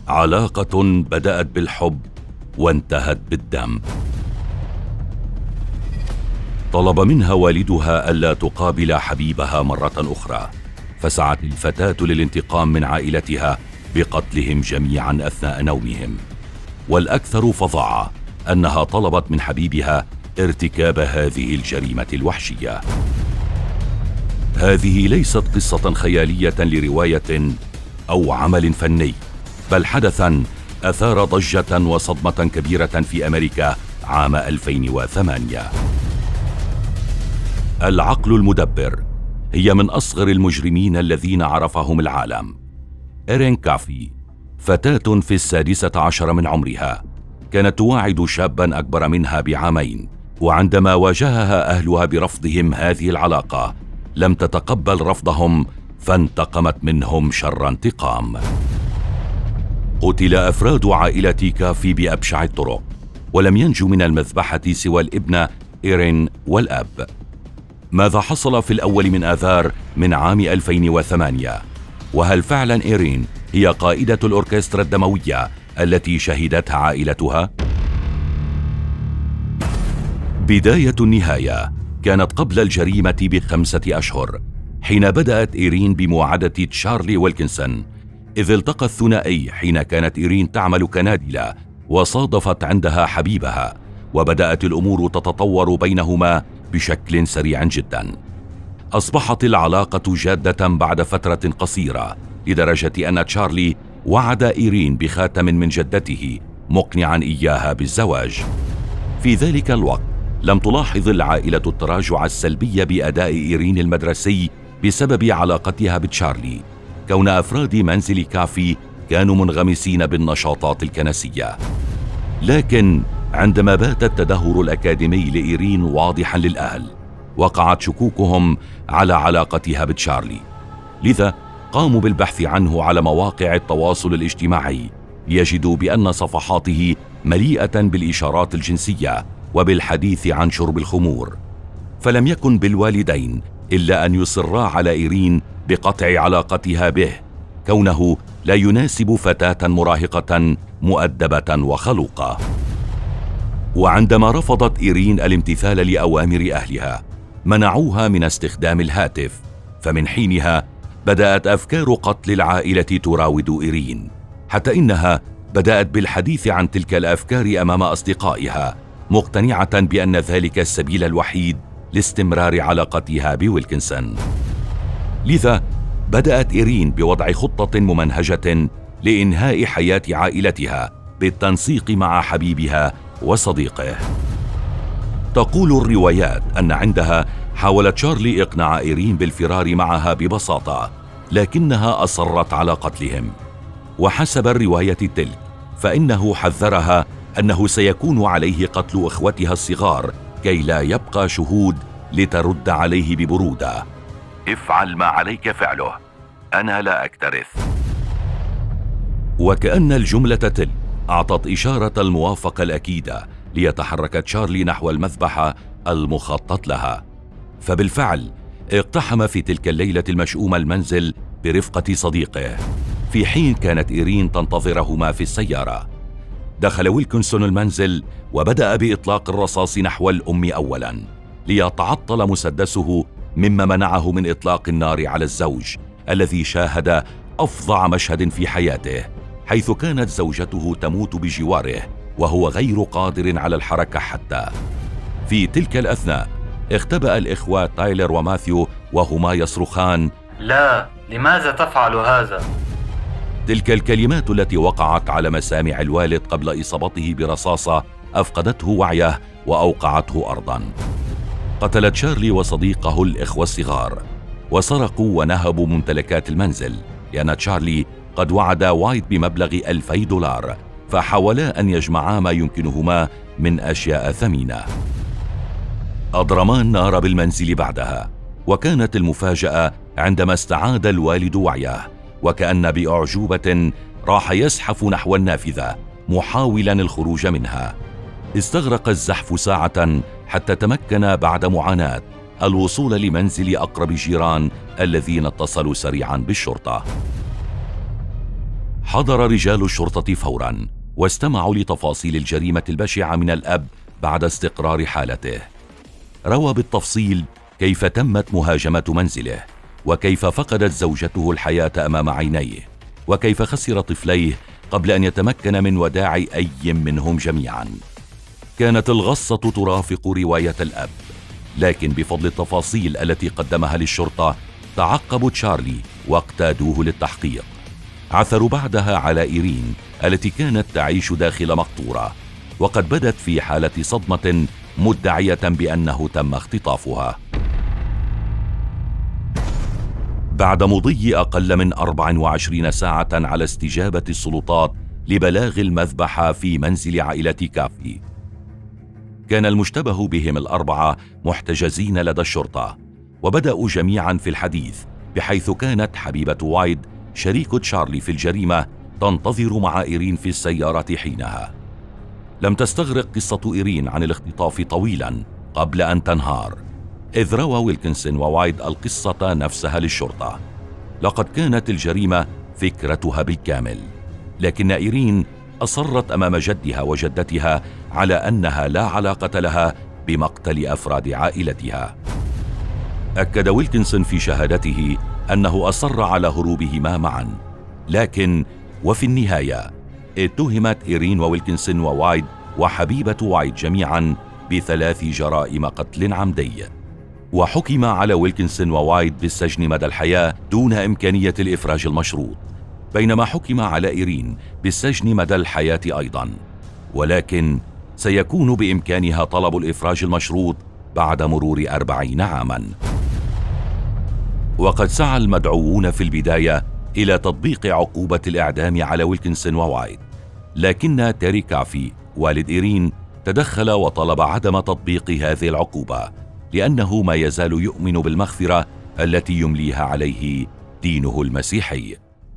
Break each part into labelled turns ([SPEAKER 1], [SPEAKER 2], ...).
[SPEAKER 1] علاقة بدأت بالحب وانتهت بالدم. طلب منها والدها ألا تقابل حبيبها مرة أخرى، فسعت الفتاة للانتقام من عائلتها بقتلهم جميعا أثناء نومهم. والأكثر فظاعة أنها طلبت من حبيبها ارتكاب هذه الجريمة الوحشية. هذه ليست قصة خيالية لرواية أو عمل فني، بل حدثاً أثار ضجة وصدمة كبيرة في أمريكا عام 2008. العقل المدبر هي من أصغر المجرمين الذين عرفهم العالم. إيرين كافي، فتاة في 16 من عمرها، كانت تواعد شاباً أكبر منها بعامين، وعندما واجهها أهلها برفضهم هذه العلاقة لم تتقبل رفضهم، فانتقمت منهم شر انتقام. قتل أفراد عائلة كافي بأبشع الطرق، ولم ينجو من المذبحة سوى الابنة إيرين والأب. ماذا حصل في الأول من آذار من عام 2008؟ وهل فعلا إيرين هي قائدة الأوركسترا الدموية التي شهدتها عائلتها؟ بداية النهاية كانت قبل الجريمة ب5 أشهر، حين بدأت إيرين بمواعدة تشارلي ويلكنسون، إذ التقى الثنائي حين كانت إيرين تعمل كنادلة وصادفت عندها حبيبها، وبدأت الأمور تتطور بينهما بشكل سريع جدا. أصبحت العلاقة جادة بعد فترة قصيرة، لدرجة أن تشارلي وعد إيرين بخاتم من جدته مقنعا إياها بالزواج. في ذلك الوقت لم تلاحظ العائلة التراجع السلبي بأداء إيرين المدرسي بسبب علاقتها بتشارلي، كون أفراد منزل كافي كانوا منغمسين بالنشاطات الكنسية. لكن عندما بات التدهور الأكاديمي لإيرين واضحا للأهل، وقعت شكوكهم على علاقتها بتشارلي، لذا قاموا بالبحث عنه على مواقع التواصل الاجتماعي ليجدوا بأن صفحاته مليئة بالإشارات الجنسية وبالحديث عن شرب الخمور. فلم يكن بالوالدين إلا أن يصرا على إيرين بقطع علاقتها به، كونه لا يناسب فتاة مراهقة مؤدبة وخلوقة. وعندما رفضت إيرين الامتثال لأوامر أهلها، منعوها من استخدام الهاتف، فمن حينها بدأت أفكار قتل العائلة تراود إيرين، حتى إنها بدأت بالحديث عن تلك الأفكار أمام أصدقائها، مقتنعة بأن ذلك السبيل الوحيد لاستمرار علاقتها بويلكنسون. لذا بدأت إيرين بوضع خطة ممنهجة لإنهاء حياة عائلتها بالتنسيق مع حبيبها وصديقه. تقول الروايات أن عندها حاولت شارلي إقناع إيرين بالفرار معها ببساطة، لكنها أصرت على قتلهم. وحسب الرواية تلك فإنه حذرها أنه سيكون عليه قتل إخوتها الصغار كي لا يبقى شهود لترد عليه ببرودة: افعل ما عليك فعله، أنا لا أكترث. وكأن الجملة تلك أعطت إشارة الموافقة الأكيدة ليتحرك تشارلي نحو المذبحة المخطط لها. فبالفعل اقتحم في تلك الليلة المشؤومة المنزل برفقة صديقه، في حين كانت إيرين تنتظرهما في السيارة. دخل ويلكنسون المنزل وبدأ بإطلاق الرصاص نحو الأم أولا، ليتعطل مسدسه، مما منعه من إطلاق النار على الزوج الذي شاهد أفظع مشهد في حياته، حيث كانت زوجته تموت بجواره وهو غير قادر على الحركة حتى. في تلك الأثناء اختبأ الإخوة تايلر وماثيو وهما يصرخان:
[SPEAKER 2] لا، لماذا تفعل هذا؟
[SPEAKER 1] تلك الكلمات التي وقعت على مسامع الوالد قبل إصابته برصاصة أفقدته وعيه وأوقعته أرضاً. قتل تشارلي وصديقه الإخوة الصغار، وسرقوا ونهبوا ممتلكات المنزل، لأن تشارلي قد وعد وايت بمبلغ $2000، فحاولا أن يجمعا ما يمكنهما من أشياء ثمينة. أضرما النار بالمنزل بعدها، وكانت المفاجأة عندما استعاد الوالد وعيه، وكأن بأعجوبة راح يزحف نحو النافذة محاولا الخروج منها. استغرق الزحف ساعة حتى تمكن بعد معاناة الوصول لمنزل أقرب جيران الذين اتصلوا سريعا بالشرطة. حضر رجال الشرطة فوراً واستمعوا لتفاصيل الجريمة البشعة من الأب بعد استقرار حالته. روى بالتفصيل كيف تمت مهاجمة منزله، وكيف فقدت زوجته الحياة أمام عينيه، وكيف خسر طفليه قبل أن يتمكن من وداع أي منهم جميعاً. كانت الغصة ترافق رواية الأب، لكن بفضل التفاصيل التي قدمها للشرطة تعقبوا تشارلي واقتادوه للتحقيق. عثروا بعدها على إيرين التي كانت تعيش داخل مقطورة، وقد بدت في حالة صدمة مدعية بأنه تم اختطافها. بعد مضي أقل من 24 ساعة على استجابة السلطات لبلاغ المذبحة في منزل عائلة كافي، كان المشتبه بهم الأربعة محتجزين لدى الشرطة، وبدأوا جميعا في الحديث، بحيث كانت حبيبة وايد شريك تشارلي في الجريمة تنتظر مع إيرين في السيارة حينها. لم تستغرق قصة إيرين عن الاختطاف طويلا قبل أن تنهار، إذ روى ويلكنسون ووايد القصة نفسها للشرطة. لقد كانت الجريمة فكرتها بالكامل، لكن إيرين أصرت أمام جدها وجدتها على أنها لا علاقة لها بمقتل أفراد عائلتها. أكد ويلكنسون في شهادته أنه أصر على هروبهما معا، لكن وفي النهاية اتهمت إيرين وويلكنسون ووايد وحبيبة وايد جميعا ب3 جرائم قتل عمدي، وحكم على ويلكنسون ووايد بالسجن مدى الحياة دون إمكانية الإفراج المشروط، بينما حكم على إيرين بالسجن مدى الحياة أيضا، ولكن سيكون بإمكانها طلب الإفراج المشروط بعد مرور 40 عاما. وقد سعى المدعوون في البداية إلى تطبيق عقوبة الإعدام على ويلكنسون ووايد، لكن تيري كافي والد إيرين تدخل وطلب عدم تطبيق هذه العقوبة، لأنه ما يزال يؤمن بالمغفرة التي يمليها عليه دينه المسيحي.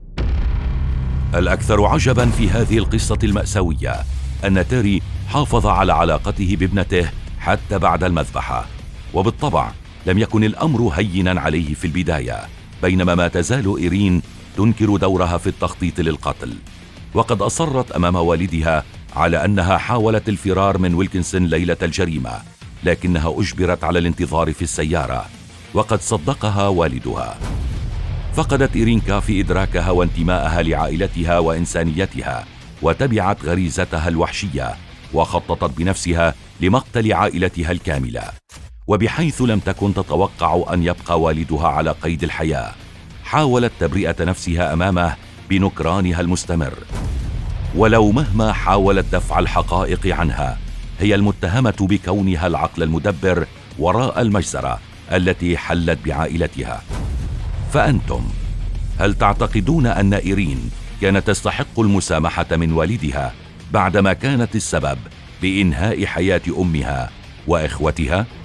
[SPEAKER 1] الأكثر عجبا في هذه القصة المأساوية أن تيري حافظ على علاقته بابنته حتى بعد المذبحة، وبالطبع لم يكن الأمر هينا عليه في البداية، بينما ما تزال إيرين تنكر دورها في التخطيط للقتل، وقد أصرت أمام والدها على أنها حاولت الفرار من ويلكنسون ليلة الجريمة، لكنها أجبرت على الانتظار في السيارة، وقد صدقها والدها. فقدت إيرين كافي إدراكها وانتماءها لعائلتها وإنسانيتها، وتبعت غريزتها الوحشية، وخططت بنفسها لمقتل عائلتها الكاملة، وبحيث لم تكن تتوقع أن يبقى والدها على قيد الحياة، حاولت تبرئة نفسها أمامه بنكرانها المستمر، ولو مهما حاولت دفع الحقائق عنها، هي المتهمة بكونها العقل المدبر وراء المجزرة التي حلت بعائلتها. فأنتم هل تعتقدون أن إيرين كانت تستحق المسامحة من والدها بعدما كانت السبب بإنهاء حياة أمها وإخوتها؟